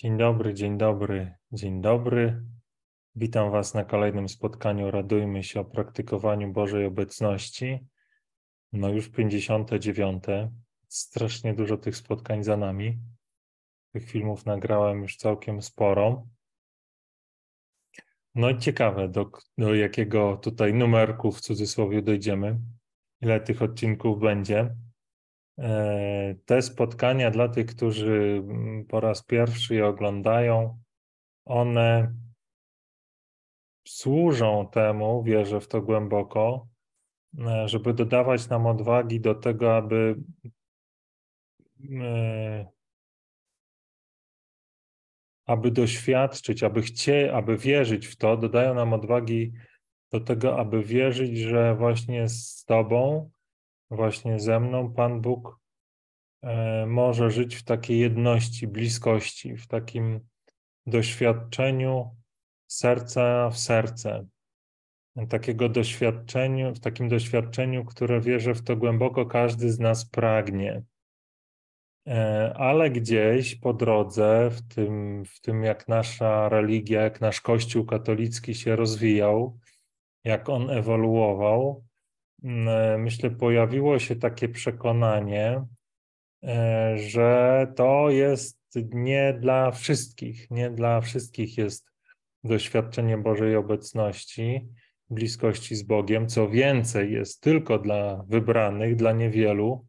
Dzień dobry, dzień dobry, dzień dobry. Witam Was na kolejnym spotkaniu. Radujmy się o praktykowaniu Bożej obecności. No już 59. Strasznie dużo tych spotkań za nami. Tych filmów nagrałem już całkiem sporo. No i ciekawe, do jakiego tutaj numerku w cudzysłowie dojdziemy. Ile tych odcinków będzie. Te spotkania dla tych, którzy po raz pierwszy je oglądają, one służą temu, wierzę w to głęboko, żeby dodawać nam odwagi do tego, e, aby doświadczyć, aby wierzyć w to, dodają nam odwagi do tego, aby wierzyć, że właśnie z Tobą, właśnie ze mną Pan Bóg może żyć w takiej jedności, bliskości, w takim doświadczeniu serca w serce. W takim doświadczeniu, które wierzę w to głęboko każdy z nas pragnie. Ale gdzieś po drodze, w tym jak nasza religia, jak nasz Kościół katolicki się rozwijał, jak on ewoluował, myślę, pojawiło się takie przekonanie, że to jest nie dla wszystkich jest doświadczenie Bożej obecności, bliskości z Bogiem. Co więcej, jest tylko dla wybranych, dla niewielu.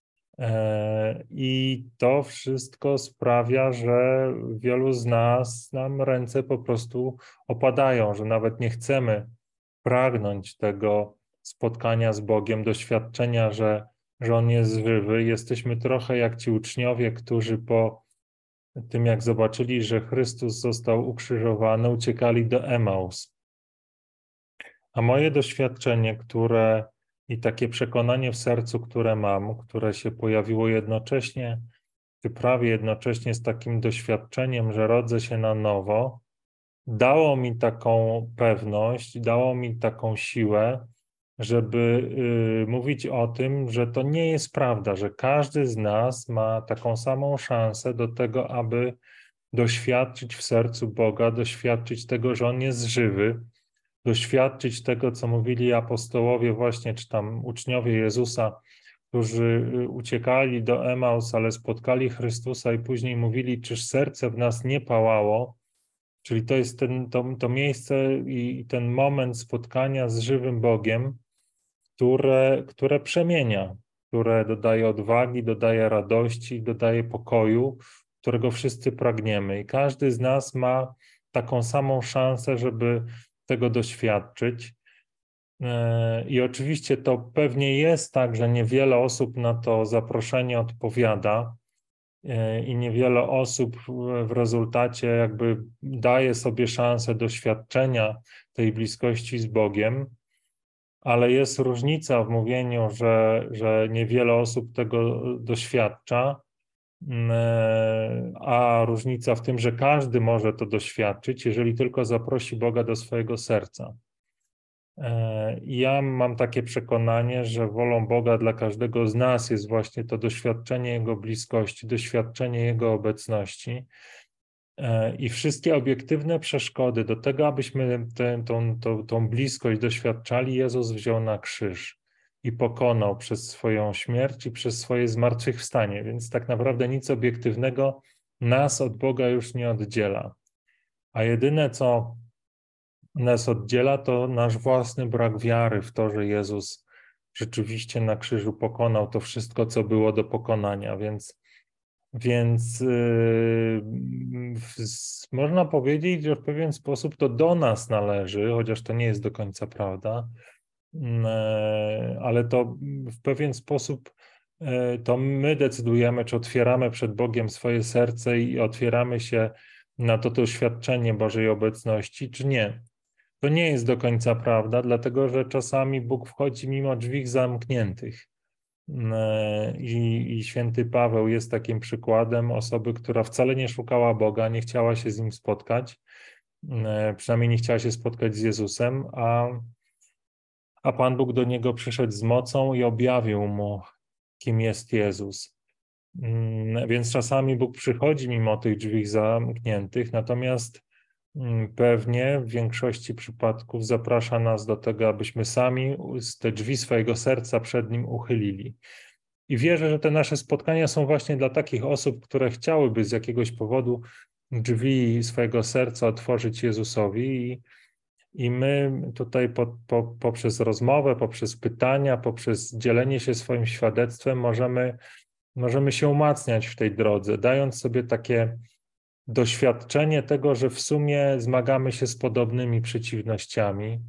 I to wszystko sprawia, że wielu z nam ręce po prostu opadają, że nawet nie chcemy pragnąć tego spotkania z Bogiem, doświadczenia, że On jest żywy. Jesteśmy trochę jak ci uczniowie, którzy po tym, jak zobaczyli, że Chrystus został ukrzyżowany, uciekali do Emaus. A moje doświadczenie, i takie przekonanie w sercu, które mam, które się pojawiło jednocześnie, czy prawie jednocześnie z takim doświadczeniem, że rodzę się na nowo, dało mi taką pewność, dało mi taką siłę, żeby mówić o tym, że to nie jest prawda, że każdy z nas ma taką samą szansę do tego, aby doświadczyć w sercu Boga, doświadczyć tego, że On jest żywy, doświadczyć tego, co mówili apostołowie właśnie, czy tam uczniowie Jezusa, którzy uciekali do Emaus, ale spotkali Chrystusa i później mówili, czyż serce w nas nie pałało, czyli to jest to miejsce i ten moment spotkania z żywym Bogiem, które przemienia, które dodaje odwagi, dodaje radości, dodaje pokoju, którego wszyscy pragniemy. I każdy z nas ma taką samą szansę, żeby tego doświadczyć. I oczywiście to pewnie jest tak, że niewiele osób na to zaproszenie odpowiada i niewiele osób w rezultacie jakby daje sobie szansę doświadczenia tej bliskości z Bogiem, ale jest różnica w mówieniu, że niewiele osób tego doświadcza, a różnica w tym, że każdy może to doświadczyć, jeżeli tylko zaprosi Boga do swojego serca. Ja mam takie przekonanie, że wolą Boga dla każdego z nas jest właśnie to doświadczenie Jego bliskości, doświadczenie Jego obecności i wszystkie obiektywne przeszkody do tego, abyśmy tą bliskość doświadczali, Jezus wziął na krzyż i pokonał przez swoją śmierć i przez swoje zmartwychwstanie, więc tak naprawdę nic obiektywnego nas od Boga już nie oddziela. A jedyne, co nas oddziela, to nasz własny brak wiary w to, że Jezus rzeczywiście na krzyżu pokonał to wszystko, co było do pokonania, więc można powiedzieć, że w pewien sposób to do nas należy, chociaż to nie jest do końca prawda, ale to w pewien sposób to my decydujemy, czy otwieramy przed Bogiem swoje serce i otwieramy się na to doświadczenie Bożej obecności, czy nie. To nie jest do końca prawda, dlatego że czasami Bóg wchodzi mimo drzwi zamkniętych. I święty Paweł jest takim przykładem osoby, która wcale nie szukała Boga, nie chciała się z Nim spotkać, przynajmniej nie chciała się spotkać z Jezusem, a Pan Bóg do niego przyszedł z mocą i objawił mu, kim jest Jezus. Więc czasami Bóg przychodzi mimo tych drzwi zamkniętych, natomiast pewnie w większości przypadków zaprasza nas do tego, abyśmy sami te drzwi swojego serca przed Nim uchylili. I wierzę, że te nasze spotkania są właśnie dla takich osób, które chciałyby z jakiegoś powodu drzwi swojego serca otworzyć Jezusowi i my tutaj poprzez rozmowę, poprzez pytania, poprzez dzielenie się swoim świadectwem możemy się umacniać w tej drodze, dając sobie takie doświadczenie tego, że w sumie zmagamy się z podobnymi przeciwnościami,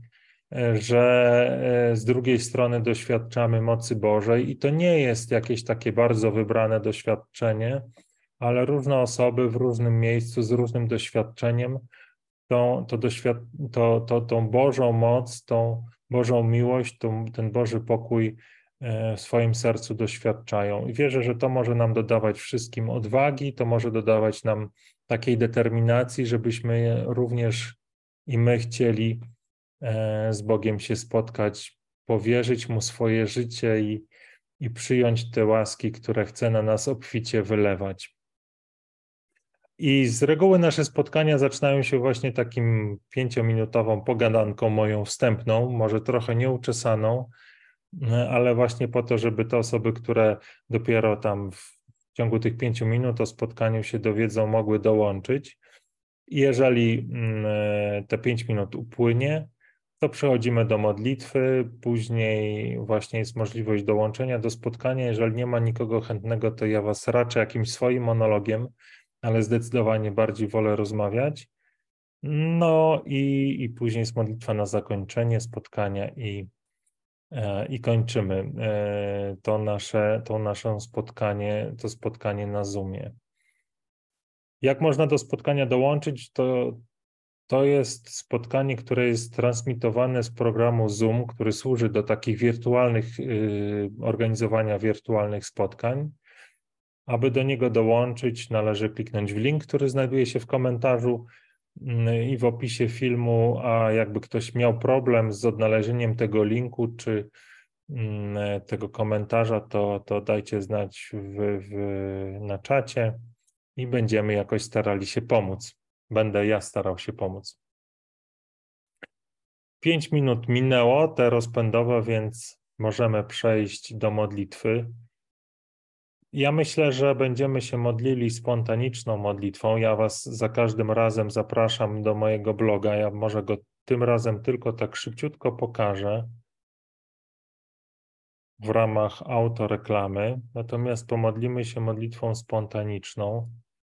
że z drugiej strony doświadczamy mocy Bożej i to nie jest jakieś takie bardzo wybrane doświadczenie, ale różne osoby w różnym miejscu z różnym doświadczeniem tą Bożą moc, tą Bożą miłość, ten Boży pokój w swoim sercu doświadczają. I wierzę, że to może nam dodawać wszystkim odwagi, to może dodawać nam takiej determinacji, żebyśmy również i my chcieli z Bogiem się spotkać, powierzyć Mu swoje życie i przyjąć te łaski, które chce na nas obficie wylewać. I z reguły nasze spotkania zaczynają się właśnie takim 5-minutową pogadanką moją wstępną, może trochę nieuczesaną, ale właśnie po to, żeby te osoby, które dopiero tam w ciągu tych 5 minut o spotkaniu się dowiedzą, mogły dołączyć. I jeżeli te 5 minut upłynie, to przechodzimy do modlitwy, później właśnie jest możliwość dołączenia do spotkania. Jeżeli nie ma nikogo chętnego, to ja was raczę jakimś swoim monologiem, ale zdecydowanie bardziej wolę rozmawiać. No i później jest modlitwa na zakończenie spotkania i kończymy to spotkanie na Zoomie. Jak można do spotkania dołączyć? To jest spotkanie, które jest transmitowane z programu Zoom, który służy do takich organizowania wirtualnych spotkań. Aby do niego dołączyć, należy kliknąć w link, który znajduje się w komentarzu i w opisie filmu, a jakby ktoś miał problem z odnalezieniem tego linku czy tego komentarza, to dajcie znać na czacie i będziemy jakoś starali się pomóc. Będę ja starał się pomóc. 5 minut minęło, te rozpędowe, więc możemy przejść do modlitwy. Ja myślę, że będziemy się modlili spontaniczną modlitwą. Ja was za każdym razem zapraszam do mojego bloga. Ja może go tym razem tylko tak szybciutko pokażę w ramach autoreklamy. Natomiast pomodlimy się modlitwą spontaniczną.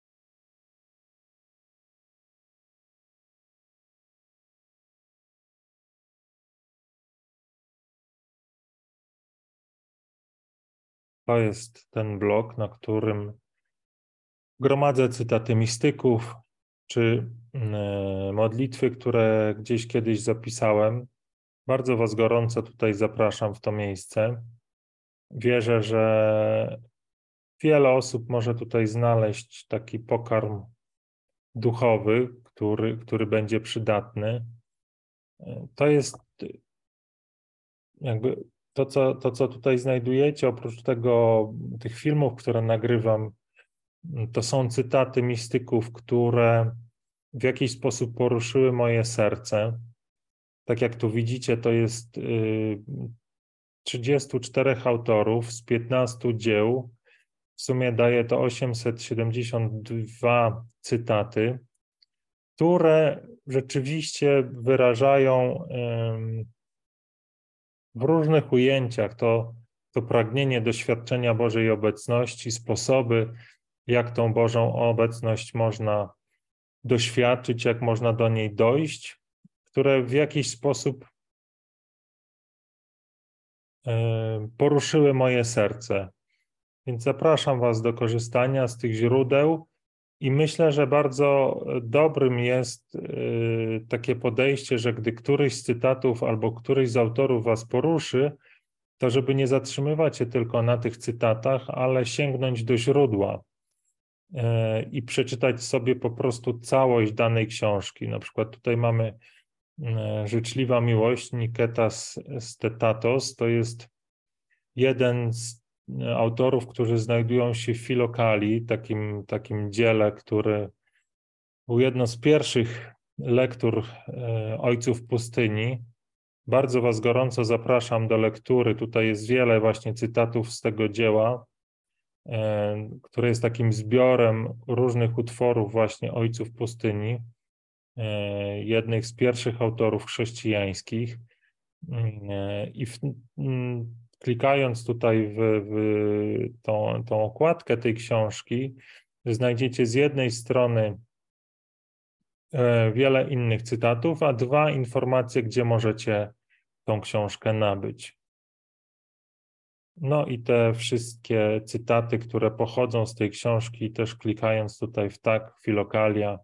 To jest ten blog, na którym gromadzę cytaty mistyków, czy modlitwy, które gdzieś kiedyś zapisałem. Bardzo was gorąco tutaj zapraszam w to miejsce. Wierzę, że wiele osób może tutaj znaleźć taki pokarm duchowy, który będzie przydatny. To jest jakby to, co tutaj znajdujecie, oprócz tych filmów, które nagrywam, to są cytaty mistyków, które w jakiś sposób poruszyły moje serce. Tak jak tu widzicie, to jest 34 autorów z 15 dzieł. W sumie daje to 872 cytaty, które rzeczywiście wyrażają w różnych ujęciach to pragnienie doświadczenia Bożej obecności, sposoby, jak tą Bożą obecność można doświadczyć, jak można do niej dojść, które w jakiś sposób poruszyły moje serce. Więc zapraszam was do korzystania z tych źródeł i myślę, że bardzo dobrym jest takie podejście, że gdy któryś z cytatów albo któryś z autorów was poruszy, to żeby nie zatrzymywać się tylko na tych cytatach, ale sięgnąć do źródła i przeczytać sobie po prostu całość danej książki. Na przykład tutaj mamy Życzliwa miłość Niketas Stetatos, to jest jeden z autorów, którzy znajdują się w Filokalii, takim dziele, który był jedną z pierwszych lektur Ojców Pustyni. Bardzo Was gorąco zapraszam do lektury. Tutaj jest wiele właśnie cytatów z tego dzieła, które jest takim zbiorem różnych utworów właśnie Ojców Pustyni, jednych z pierwszych autorów chrześcijańskich. I klikając tutaj w tą okładkę tej książki, znajdziecie z jednej strony wiele innych cytatów, a dwa informacje, gdzie możecie tą książkę nabyć. No i te wszystkie cytaty, które pochodzą z tej książki, też klikając tutaj w tak, Filokalia,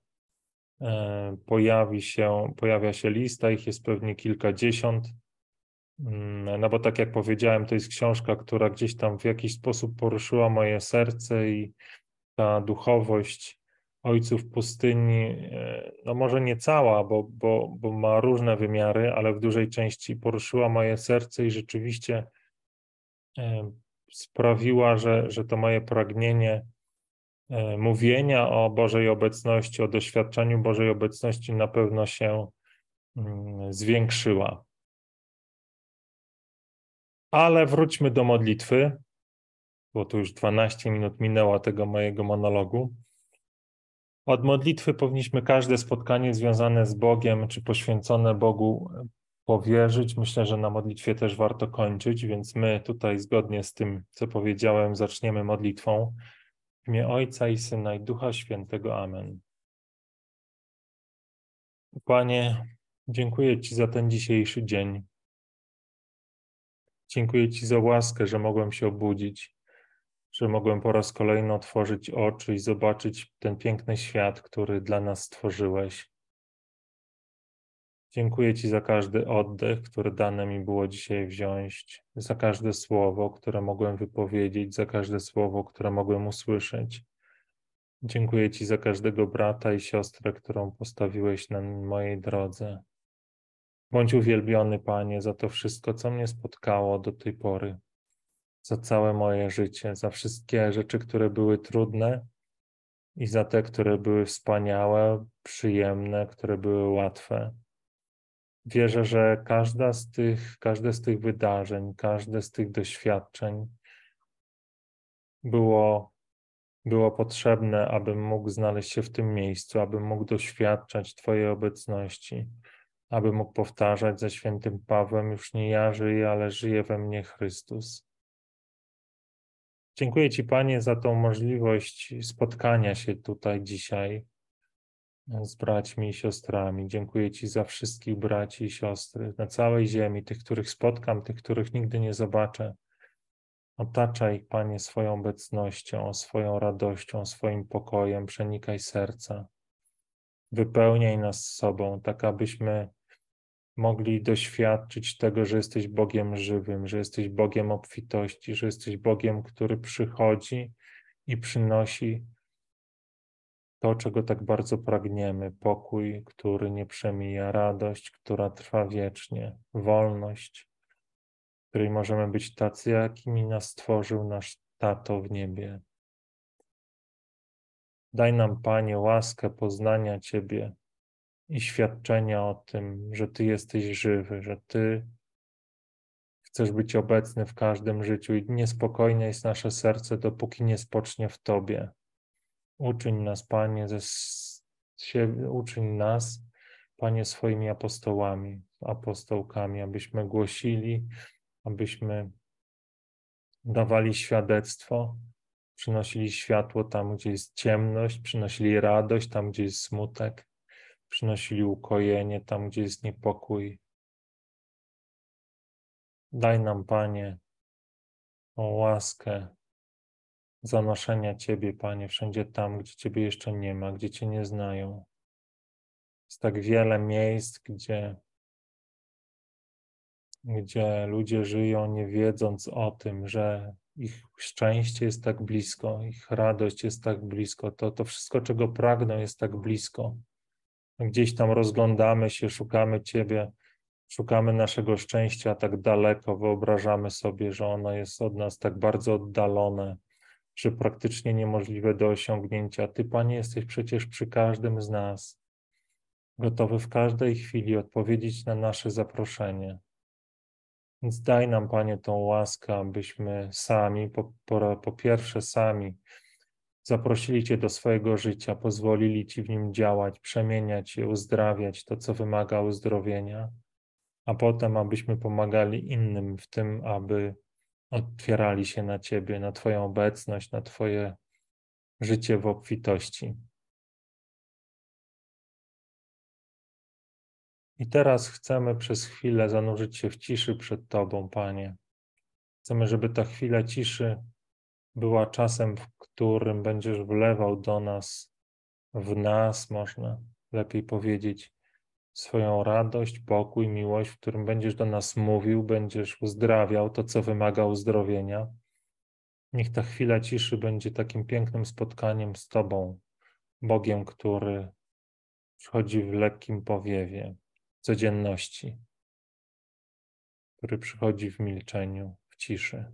pojawia się lista, ich jest pewnie kilkadziesiąt. No bo tak jak powiedziałem, to jest książka, która gdzieś tam w jakiś sposób poruszyła moje serce i ta duchowość Ojców Pustyni, no może nie cała, bo ma różne wymiary, ale w dużej części poruszyła moje serce i rzeczywiście sprawiła, że to moje pragnienie mówienia o Bożej obecności, o doświadczeniu Bożej obecności na pewno się zwiększyła. Ale wróćmy do modlitwy, bo tu już 12 minut minęło tego mojego monologu. Od modlitwy powinniśmy każde spotkanie związane z Bogiem, czy poświęcone Bogu powierzyć. Myślę, że na modlitwie też warto kończyć, więc my tutaj zgodnie z tym, co powiedziałem, zaczniemy modlitwą. W imię Ojca i Syna i Ducha Świętego. Amen. Panie, dziękuję Ci za ten dzisiejszy dzień. Dziękuję Ci za łaskę, że mogłem się obudzić, że mogłem po raz kolejny otworzyć oczy i zobaczyć ten piękny świat, który dla nas stworzyłeś. Dziękuję Ci za każdy oddech, który dane mi było dzisiaj wziąć, za każde słowo, które mogłem wypowiedzieć, za każde słowo, które mogłem usłyszeć. Dziękuję Ci za każdego brata i siostrę, którą postawiłeś na mojej drodze. Bądź uwielbiony, Panie, za to wszystko, co mnie spotkało do tej pory, za całe moje życie, za wszystkie rzeczy, które były trudne i za te, które były wspaniałe, przyjemne, które były łatwe. Wierzę, że każde z tych wydarzeń, każde z tych doświadczeń było potrzebne, abym mógł znaleźć się w tym miejscu, abym mógł doświadczać Twojej obecności, abym mógł powtarzać ze świętym Pawłem: już nie ja żyję, ale żyje we mnie Chrystus. Dziękuję Ci, Panie, za tą możliwość spotkania się tutaj dzisiaj z braćmi i siostrami. Dziękuję Ci za wszystkich braci i siostry na całej ziemi, tych, których spotkam, tych, których nigdy nie zobaczę. Otaczaj ich, Panie, swoją obecnością, swoją radością, swoim pokojem, przenikaj serca. Wypełniaj nas sobą, tak abyśmy mogli doświadczyć tego, że jesteś Bogiem żywym, że jesteś Bogiem obfitości, że jesteś Bogiem, który przychodzi i przynosi to, czego tak bardzo pragniemy: pokój, który nie przemija, radość, która trwa wiecznie, wolność, w której możemy być tacy, jakimi nas stworzył nasz Tato w niebie. Daj nam, Panie, łaskę poznania Ciebie i świadczenia o tym, że Ty jesteś żywy, że Ty chcesz być obecny w każdym życiu i niespokojne jest nasze serce, dopóki nie spocznie w Tobie. Uczyń nas, Panie, uczyń nas, Panie, swoimi apostołami, apostołkami, abyśmy głosili, abyśmy dawali świadectwo, przynosili światło tam, gdzie jest ciemność, przynosili radość tam, gdzie jest smutek, przynosili ukojenie tam, gdzie jest niepokój. Daj nam, Panie, o łaskę zanoszenia Ciebie, Panie, wszędzie tam, gdzie Ciebie jeszcze nie ma, gdzie Cię nie znają. Jest tak wiele miejsc, gdzie ludzie żyją, nie wiedząc o tym, że ich szczęście jest tak blisko, ich radość jest tak blisko, to wszystko, czego pragną, jest tak blisko. Gdzieś tam rozglądamy się, szukamy Ciebie, szukamy naszego szczęścia tak daleko, wyobrażamy sobie, że ono jest od nas tak bardzo oddalone, że praktycznie niemożliwe do osiągnięcia. Ty, Panie, jesteś przecież przy każdym z nas, gotowy w każdej chwili odpowiedzieć na nasze zaproszenie. Więc daj nam, Panie, tą łaskę, abyśmy sami, po pierwsze sami, zaprosili Cię do swojego życia, pozwolili Ci w nim działać, przemieniać się, uzdrawiać to, co wymaga uzdrowienia, a potem, abyśmy pomagali innym w tym, aby otwierali się na Ciebie, na Twoją obecność, na Twoje życie w obfitości. I teraz chcemy przez chwilę zanurzyć się w ciszy przed Tobą, Panie. Chcemy, żeby ta chwila ciszy była czasem, w którym będziesz wlewał do nas, w nas, można lepiej powiedzieć, swoją radość, pokój, miłość, w którym będziesz do nas mówił, będziesz uzdrawiał to, co wymaga uzdrowienia. Niech ta chwila ciszy będzie takim pięknym spotkaniem z Tobą, Bogiem, który przychodzi w lekkim powiewie codzienności, który przychodzi w milczeniu, w ciszy.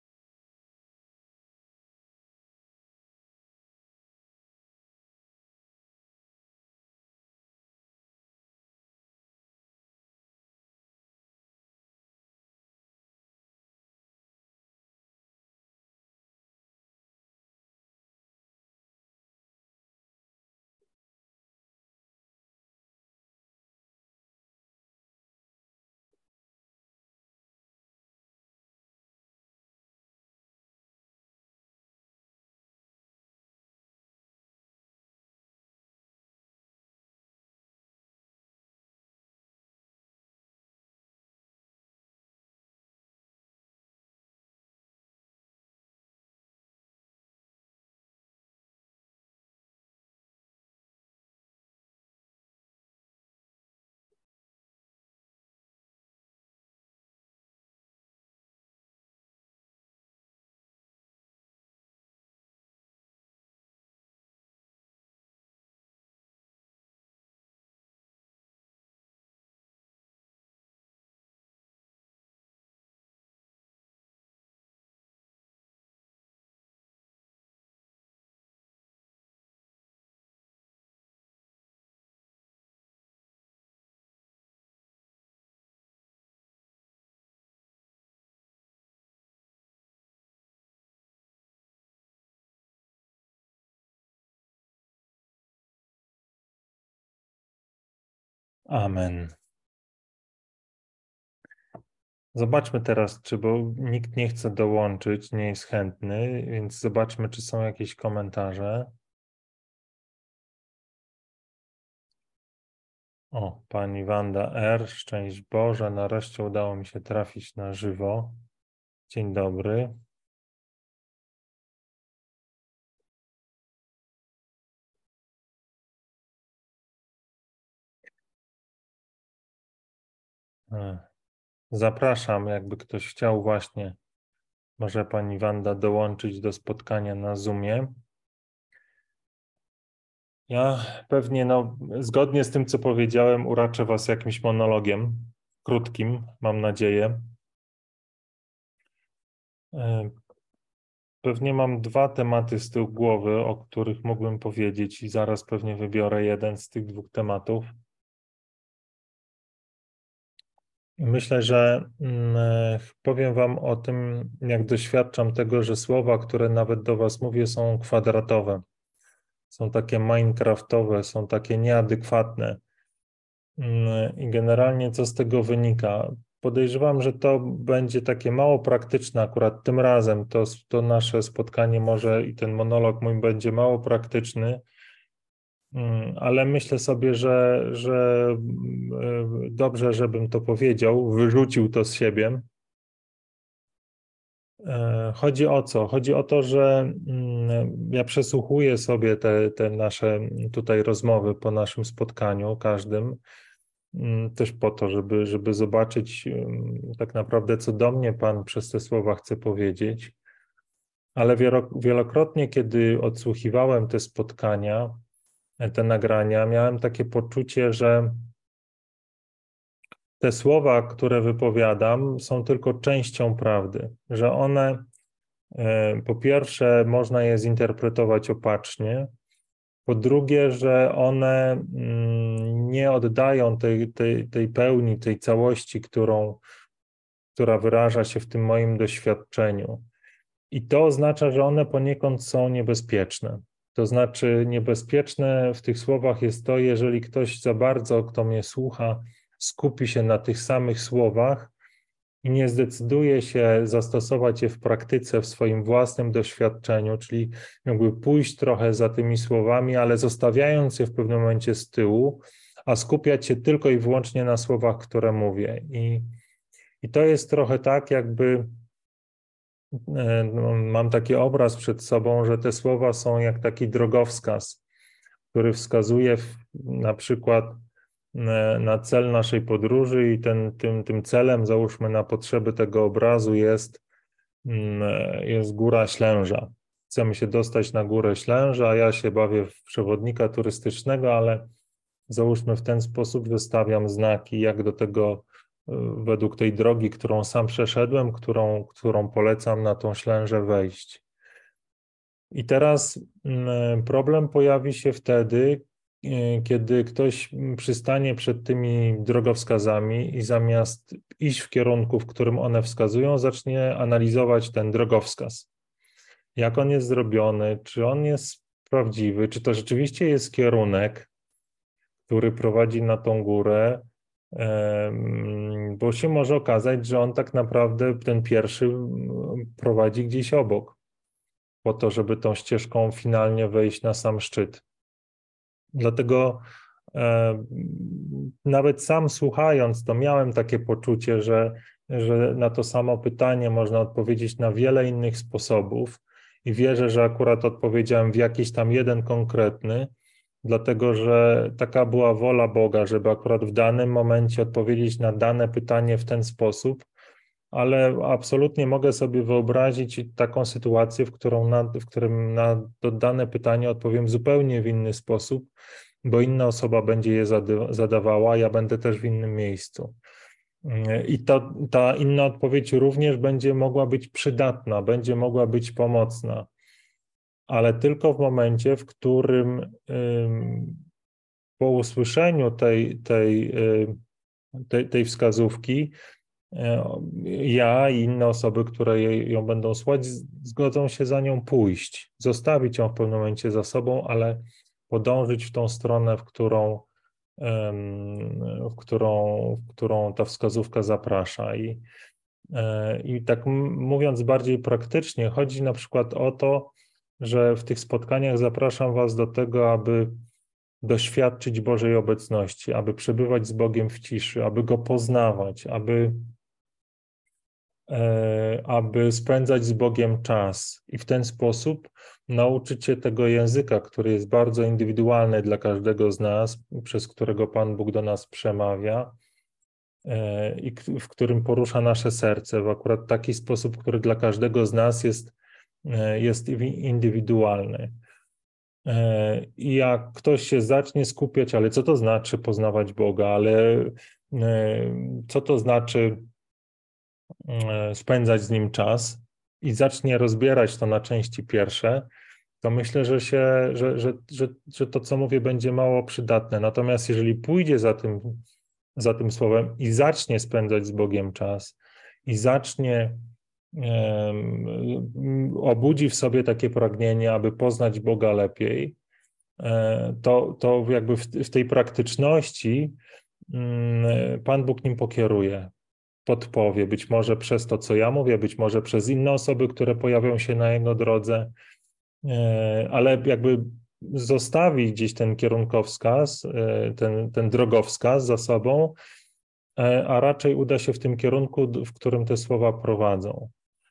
Amen. Zobaczmy teraz, bo nikt nie chce dołączyć, nie jest chętny, więc zobaczmy, czy są jakieś komentarze. O, pani Wanda R., szczęść Boże, nareszcie udało mi się trafić na żywo. Dzień dobry. Zapraszam, jakby ktoś chciał właśnie, może pani Wanda dołączyć do spotkania na Zoomie. Ja pewnie, zgodnie z tym, co powiedziałem, uraczę was jakimś monologiem, krótkim, mam nadzieję. Pewnie mam dwa tematy z tyłu głowy, o których mógłbym powiedzieć i zaraz pewnie wybiorę jeden z tych dwóch tematów. Myślę, że powiem wam o tym, jak doświadczam tego, że słowa, które nawet do was mówię, są kwadratowe. Są takie minecraftowe, są takie nieadekwatne. I generalnie co z tego wynika? Podejrzewam, że to będzie takie mało praktyczne akurat tym razem. To nasze spotkanie może i ten monolog mój będzie mało praktyczny, ale myślę sobie, że dobrze, żebym to powiedział, wyrzucił to z siebie. Chodzi o co? Chodzi o to, że ja przesłuchuję sobie te nasze tutaj rozmowy po naszym spotkaniu każdym, też po to, żeby zobaczyć tak naprawdę, co do mnie Pan przez te słowa chce powiedzieć. Ale wielokrotnie, kiedy odsłuchiwałem te spotkania, te nagrania, miałem takie poczucie, że te słowa, które wypowiadam, są tylko częścią prawdy, że one, po pierwsze, można je zinterpretować opacznie, po drugie, że one nie oddają tej pełni, tej całości, która wyraża się w tym moim doświadczeniu. I to oznacza, że one poniekąd są niebezpieczne. To znaczy, niebezpieczne w tych słowach jest to, jeżeli ktoś za bardzo, kto mnie słucha, skupi się na tych samych słowach i nie zdecyduje się zastosować je w praktyce, w swoim własnym doświadczeniu, czyli jakby pójść trochę za tymi słowami, ale zostawiając je w pewnym momencie z tyłu, a skupiać się tylko i wyłącznie na słowach, które mówię. I to jest trochę tak, jakby mam taki obraz przed sobą, że te słowa są jak taki drogowskaz, który wskazuje na przykład na cel naszej podróży i tym celem, załóżmy na potrzeby tego obrazu, jest Góra Ślęża. Chcemy się dostać na Górę Ślęża, ja się bawię w przewodnika turystycznego, ale załóżmy w ten sposób wystawiam znaki, jak do tego, według tej drogi, którą sam przeszedłem, którą polecam na tą Ślężę wejść. I teraz problem pojawi się wtedy, kiedy ktoś przystanie przed tymi drogowskazami i zamiast iść w kierunku, w którym one wskazują, zacznie analizować ten drogowskaz. Jak on jest zrobiony, czy on jest prawdziwy, czy to rzeczywiście jest kierunek, który prowadzi na tą górę, bo się może okazać, że on tak naprawdę, ten pierwszy, prowadzi gdzieś obok, po to, żeby tą ścieżką finalnie wejść na sam szczyt. Dlatego nawet sam słuchając, to miałem takie poczucie, że na to samo pytanie można odpowiedzieć na wiele innych sposobów i wierzę, że akurat odpowiedziałem w jakiś tam jeden konkretny, dlatego że taka była wola Boga, żeby akurat w danym momencie odpowiedzieć na dane pytanie w ten sposób, ale absolutnie mogę sobie wyobrazić taką sytuację, w którym na to dane pytanie odpowiem zupełnie w inny sposób, bo inna osoba będzie je zadawała, ja będę też w innym miejscu. I ta inna odpowiedź również będzie mogła być przydatna, będzie mogła być pomocna, ale tylko w momencie, w którym po usłyszeniu tej wskazówki ja i inne osoby, które ją będą słuchać, zgodzą się za nią pójść, zostawić ją w pewnym momencie za sobą, ale podążyć w tą stronę, w którą ta wskazówka zaprasza. I tak mówiąc bardziej praktycznie, chodzi na przykład o to, że w tych spotkaniach zapraszam Was do tego, aby doświadczyć Bożej obecności, aby przebywać z Bogiem w ciszy, aby Go poznawać, aby spędzać z Bogiem czas i w ten sposób nauczyć się tego języka, który jest bardzo indywidualny dla każdego z nas, przez którego Pan Bóg do nas przemawia i w którym porusza nasze serce w akurat taki sposób, który dla każdego z nas jest indywidualny. I jak ktoś się zacznie skupiać, ale co to znaczy poznawać Boga, ale co to znaczy spędzać z Nim czas i zacznie rozbierać to na części pierwsze, to myślę, że to, co mówię, będzie mało przydatne. Natomiast jeżeli pójdzie za tym słowem i zacznie spędzać z Bogiem czas i zacznie obudzi w sobie takie pragnienie, aby poznać Boga lepiej, to jakby w tej praktyczności Pan Bóg nim pokieruje, podpowie, być może przez to, co ja mówię, być może przez inne osoby, które pojawią się na jego drodze, ale jakby zostawi gdzieś ten kierunkowskaz, ten drogowskaz za sobą, a raczej uda się w tym kierunku, w którym te słowa prowadzą.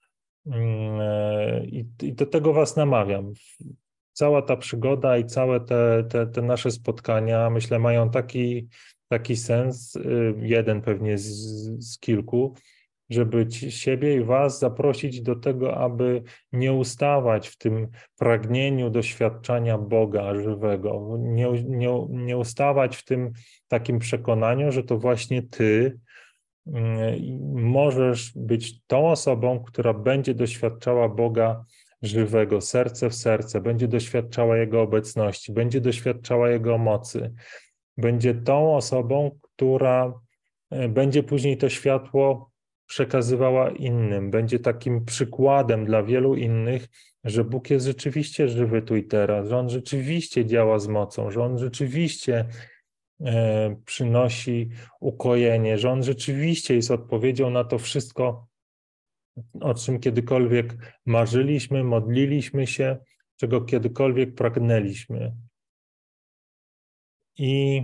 I do tego Was namawiam. Cała ta przygoda i całe te nasze spotkania, myślę, mają taki sens, jeden pewnie z kilku, żeby siebie i Was zaprosić do tego, aby nie ustawać w tym pragnieniu doświadczania Boga żywego, nie ustawać w tym takim przekonaniu, że to właśnie Ty możesz być tą osobą, która będzie doświadczała Boga żywego, serce w serce, będzie doświadczała Jego obecności, będzie doświadczała Jego mocy. Będzie tą osobą, która będzie później to światło przekazywała innym, będzie takim przykładem dla wielu innych, że Bóg jest rzeczywiście żywy tu i teraz, że On rzeczywiście działa z mocą, że On rzeczywiście przynosi ukojenie, że On rzeczywiście jest odpowiedzią na to wszystko, o czym kiedykolwiek marzyliśmy, modliliśmy się, czego kiedykolwiek pragnęliśmy. I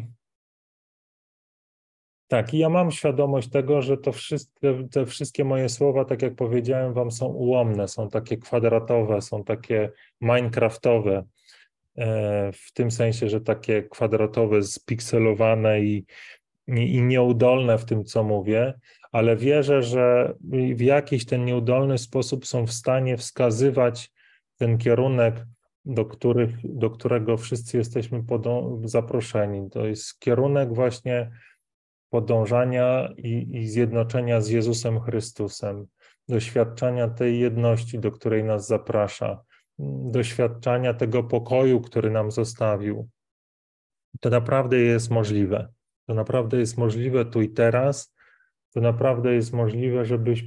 tak, i ja mam świadomość tego, że te wszystkie moje słowa, tak jak powiedziałem wam, są ułomne, są takie kwadratowe, są takie minecraftowe, w tym sensie, że takie kwadratowe, spikselowane i nieudolne w tym, co mówię, ale wierzę, że w jakiś ten nieudolny sposób są w stanie wskazywać ten kierunek, do którego wszyscy jesteśmy zaproszeni. To jest kierunek właśnie podążania i zjednoczenia z Jezusem Chrystusem, doświadczania tej jedności, do której nas zaprasza, doświadczania tego pokoju, który nam zostawił. To naprawdę jest możliwe. To naprawdę jest możliwe tu i teraz. To naprawdę jest możliwe,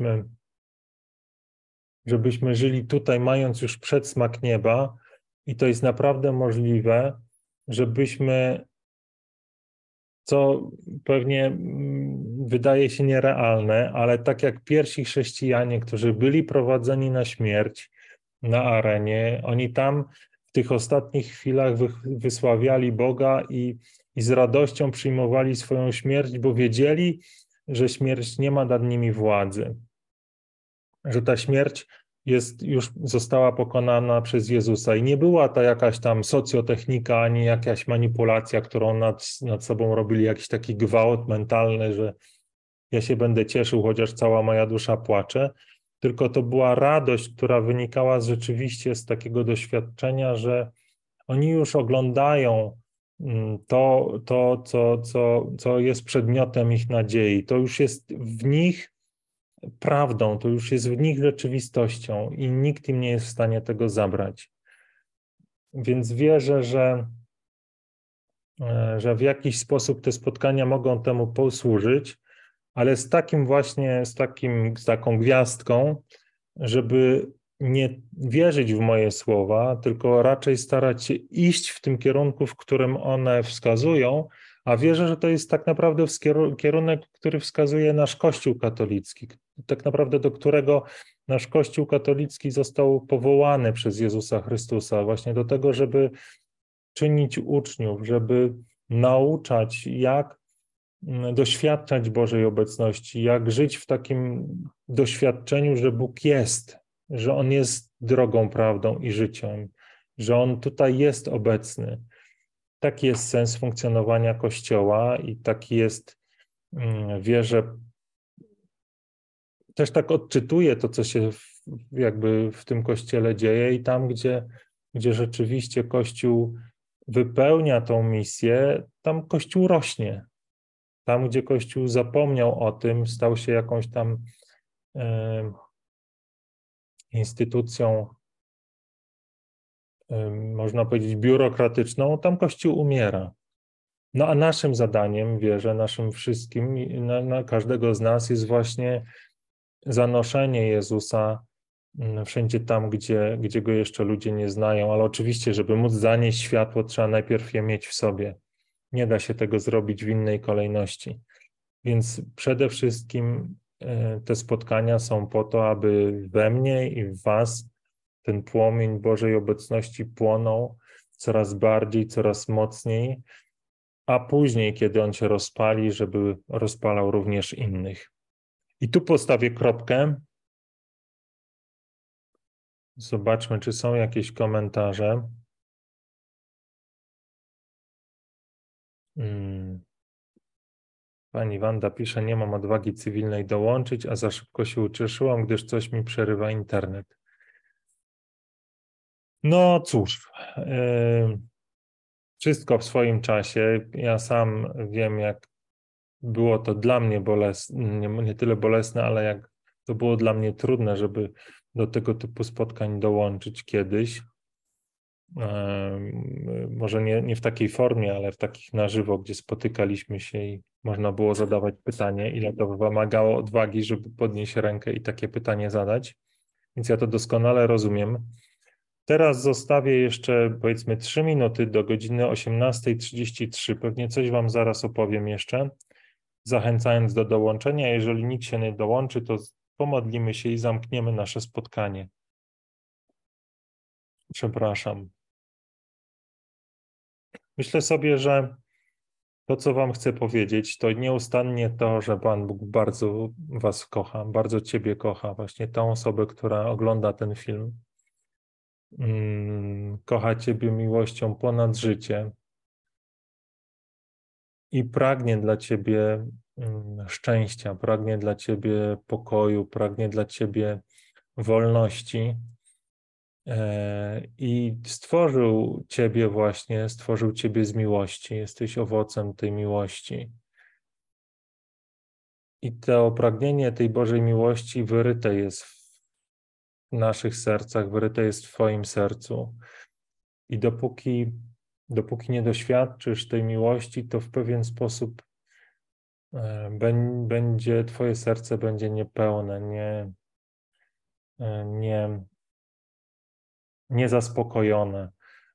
żebyśmy żyli tutaj, mając już przedsmak nieba, i to jest naprawdę możliwe, żebyśmy, co pewnie wydaje się nierealne, ale tak jak pierwsi chrześcijanie, którzy byli prowadzeni na śmierć na arenie, oni tam w tych ostatnich chwilach wysławiali Boga i z radością przyjmowali swoją śmierć, bo wiedzieli, że śmierć nie ma nad nimi władzy, że ta śmierć już została pokonana przez Jezusa i nie była to jakaś tam socjotechnika, ani jakaś manipulacja, którą nad sobą robili, jakiś taki gwałt mentalny, że ja się będę cieszył, chociaż cała moja dusza płacze, tylko to była radość, która wynikała rzeczywiście z takiego doświadczenia, że oni już oglądają co jest przedmiotem ich nadziei. To już jest w nich prawdą, to już jest w nich rzeczywistością i nikt im nie jest w stanie tego zabrać. Więc wierzę, że w jakiś sposób te spotkania mogą temu posłużyć, ale z taką gwiazdką, żeby nie wierzyć w moje słowa, tylko raczej starać się iść w tym kierunku, w którym one wskazują, a wierzę, że to jest tak naprawdę kierunek, który wskazuje nasz Kościół katolicki, tak naprawdę do którego nasz Kościół katolicki został powołany przez Jezusa Chrystusa, właśnie do tego, żeby czynić uczniów, żeby nauczać, jak doświadczać Bożej obecności, jak żyć w takim doświadczeniu, że Bóg jest, że On jest drogą, prawdą i życiem, że On tutaj jest obecny. Taki jest sens funkcjonowania Kościoła i taki jest, wierzę, też tak odczytuję to, co się jakby w tym Kościele dzieje i tam, gdzie rzeczywiście Kościół wypełnia tą misję, tam Kościół rośnie. Tam, gdzie Kościół zapomniał o tym, stał się jakąś tam instytucją, można powiedzieć, biurokratyczną, tam Kościół umiera. No a naszym zadaniem, wierzę, naszym wszystkim, na każdego z nas jest właśnie zanoszenie Jezusa wszędzie tam, gdzie Go jeszcze ludzie nie znają, ale oczywiście, żeby móc zanieść światło, trzeba najpierw je mieć w sobie. Nie da się tego zrobić w innej kolejności. Więc przede wszystkim te spotkania są po to, aby we mnie i w was ten płomień Bożej obecności płonął coraz bardziej, coraz mocniej, a później, kiedy on się rozpali, żeby rozpalał również innych. I tu postawię kropkę. Zobaczmy, czy są jakieś komentarze. Pani Wanda pisze, nie mam odwagi cywilnej dołączyć, a za szybko się ucieszyłam, gdyż coś mi przerywa internet. No cóż, wszystko w swoim czasie. Ja sam wiem, było to dla mnie bolesne, nie tyle bolesne, ale jak to było dla mnie trudne, żeby do tego typu spotkań dołączyć kiedyś. Może nie w takiej formie, ale w takich na żywo, gdzie spotykaliśmy się i można było zadawać pytanie, ile to wymagało odwagi, żeby podnieść rękę i takie pytanie zadać. Więc ja to doskonale rozumiem. Teraz zostawię jeszcze powiedzmy 3 minuty do godziny 18:33. Pewnie coś Wam zaraz opowiem jeszcze, zachęcając do dołączenia. Jeżeli nikt się nie dołączy, to pomodlimy się i zamkniemy nasze spotkanie. Przepraszam. Myślę sobie, że to, co Wam chcę powiedzieć, to nieustannie to, że Pan Bóg bardzo Was kocha, bardzo Ciebie kocha, właśnie tą osobę, która ogląda ten film. Kocha Ciebie miłością ponad życie i pragnie dla Ciebie szczęścia, pragnie dla Ciebie pokoju, pragnie dla Ciebie wolności. I stworzył Ciebie z miłości. Jesteś owocem tej miłości. I to pragnienie tej Bożej miłości wyryte jest w naszych sercach, wyryte jest w Twoim sercu. I dopóki nie doświadczysz tej miłości, to w pewien sposób Twoje serce będzie niepełne, niezaspokojone.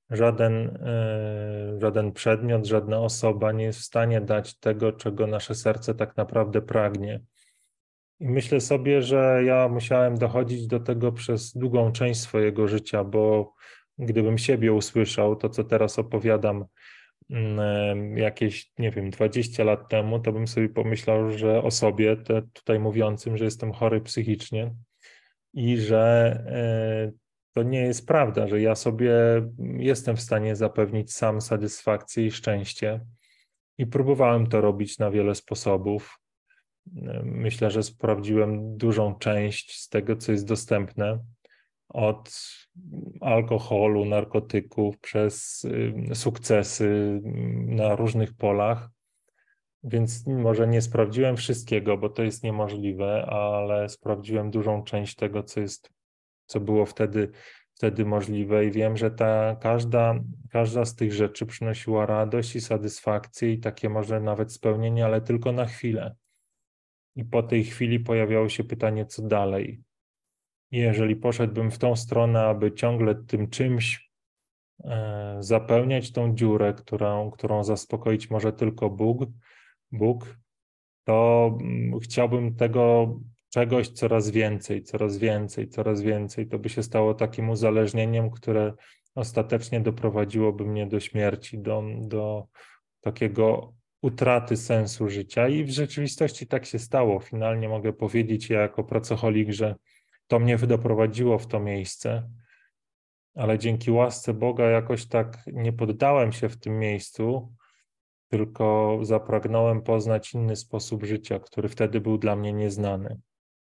Żaden przedmiot, żadna osoba nie jest w stanie dać tego, czego nasze serce tak naprawdę pragnie. I myślę sobie, że ja musiałem dochodzić do tego przez długą część swojego życia, bo gdybym siebie usłyszał, to co teraz opowiadam jakieś, nie wiem, 20 lat temu, to bym sobie pomyślał, że o sobie, tutaj mówiącym, że jestem chory psychicznie i że to nie jest prawda, że ja sobie jestem w stanie zapewnić sam satysfakcję i szczęście. I próbowałem to robić na wiele sposobów. Myślę, że sprawdziłem dużą część z tego, co jest dostępne, od alkoholu, narkotyków, przez sukcesy na różnych polach. Więc może nie sprawdziłem wszystkiego, bo to jest niemożliwe, ale sprawdziłem dużą część tego, co było wtedy możliwe i wiem, że każda z tych rzeczy przynosiła radość i satysfakcję i takie może nawet spełnienie, ale tylko na chwilę. I po tej chwili pojawiało się pytanie, co dalej? I jeżeli poszedłbym w tą stronę, aby ciągle tym czymś zapełniać tą dziurę, którą zaspokoić może tylko Bóg, to chciałbym tego czegoś coraz więcej, coraz więcej, coraz więcej. To by się stało takim uzależnieniem, które ostatecznie doprowadziłoby mnie do śmierci, do takiego utraty sensu życia. I w rzeczywistości tak się stało. Finalnie mogę powiedzieć ja jako pracocholik, że to mnie doprowadziło w to miejsce, ale dzięki łasce Boga jakoś tak nie poddałem się w tym miejscu, tylko zapragnąłem poznać inny sposób życia, który wtedy był dla mnie nieznany.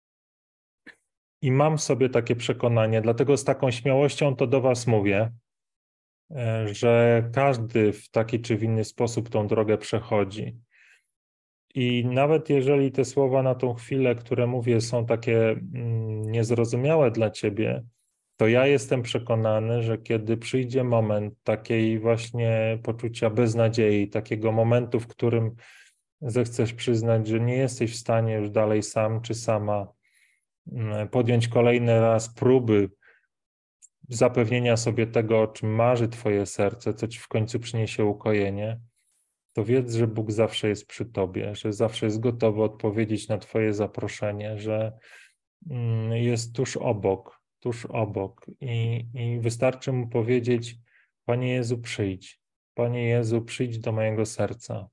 I mam sobie takie przekonanie, dlatego z taką śmiałością to do Was mówię, że każdy w taki czy w inny sposób tą drogę przechodzi. I nawet jeżeli te słowa na tą chwilę, które mówię, są takie niezrozumiałe dla Ciebie, to ja jestem przekonany, że kiedy przyjdzie moment takiej właśnie poczucia beznadziei, takiego momentu, w którym zechcesz przyznać, że nie jesteś w stanie już dalej sam czy sama podjąć kolejny raz próby zapewnienia sobie tego, o czym marzy Twoje serce, co Ci w końcu przyniesie ukojenie, to wiedz, że Bóg zawsze jest przy Tobie, że zawsze jest gotowy odpowiedzieć na Twoje zaproszenie, że jest tuż obok i wystarczy Mu powiedzieć: Panie Jezu, przyjdź. Panie Jezu, przyjdź do mojego serca.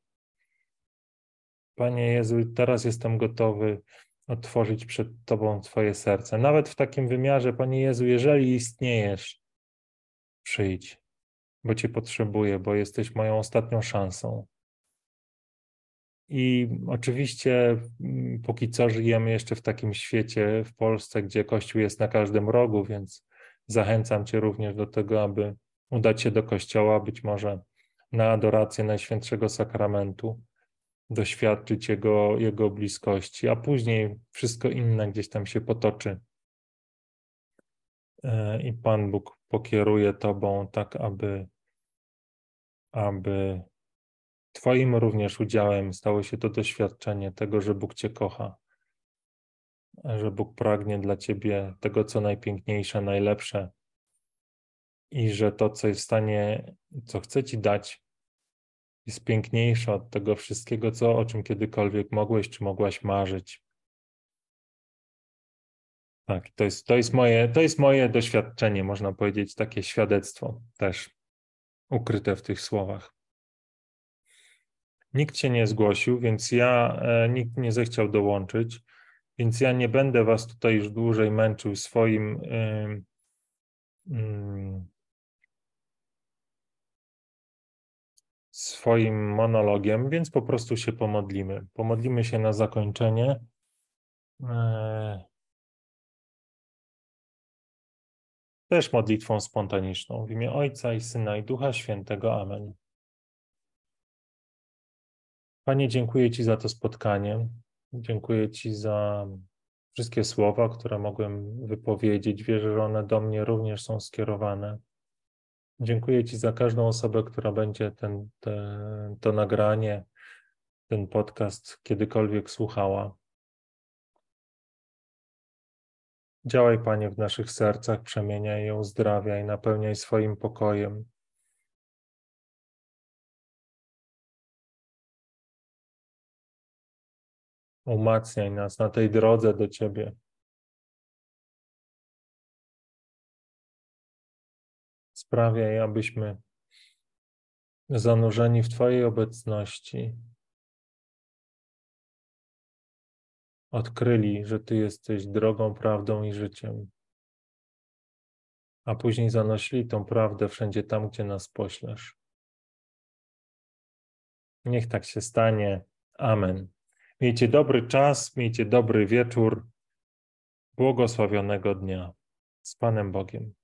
Panie Jezu, teraz jestem gotowy otworzyć przed Tobą Twoje serce. Nawet w takim wymiarze, Panie Jezu, jeżeli istniejesz, przyjdź, bo Cię potrzebuję, bo jesteś moją ostatnią szansą. I oczywiście póki co żyjemy jeszcze w takim świecie w Polsce, gdzie Kościół jest na każdym rogu, więc zachęcam Cię również do tego, aby udać się do kościoła, być może na adorację Najświętszego Sakramentu, doświadczyć Jego bliskości, a później wszystko inne gdzieś tam się potoczy. I Pan Bóg pokieruje Tobą tak, aby Twoim również udziałem stało się to doświadczenie tego, że Bóg Cię kocha, że Bóg pragnie dla Ciebie tego, co najpiękniejsze, najlepsze i że to, co jest w stanie, co chce Ci dać, jest piękniejsze od tego wszystkiego, o czym kiedykolwiek mogłeś czy mogłaś marzyć. Tak, to jest moje doświadczenie, można powiedzieć, takie świadectwo też ukryte w tych słowach. Nikt się nie zgłosił, więc nikt nie zechciał dołączyć, więc ja nie będę was tutaj już dłużej męczył swoim monologiem, więc po prostu się pomodlimy. Pomodlimy się na zakończenie. Też modlitwą spontaniczną. W imię Ojca i Syna i Ducha Świętego. Amen. Panie, dziękuję Ci za to spotkanie. Dziękuję Ci za wszystkie słowa, które mogłem wypowiedzieć. Wierzę, że one do mnie również są skierowane. Dziękuję Ci za każdą osobę, która będzie to nagranie, ten podcast kiedykolwiek słuchała. Działaj, Panie, w naszych sercach, przemieniaj je, uzdrawiaj, napełniaj swoim pokojem. Umacniaj nas na tej drodze do Ciebie. Sprawiaj, abyśmy zanurzeni w Twojej obecności odkryli, że Ty jesteś drogą, prawdą i życiem, a później zanosili tą prawdę wszędzie tam, gdzie nas poślesz. Niech tak się stanie. Amen. Miejcie dobry czas, miejcie dobry wieczór, błogosławionego dnia. Z Panem Bogiem.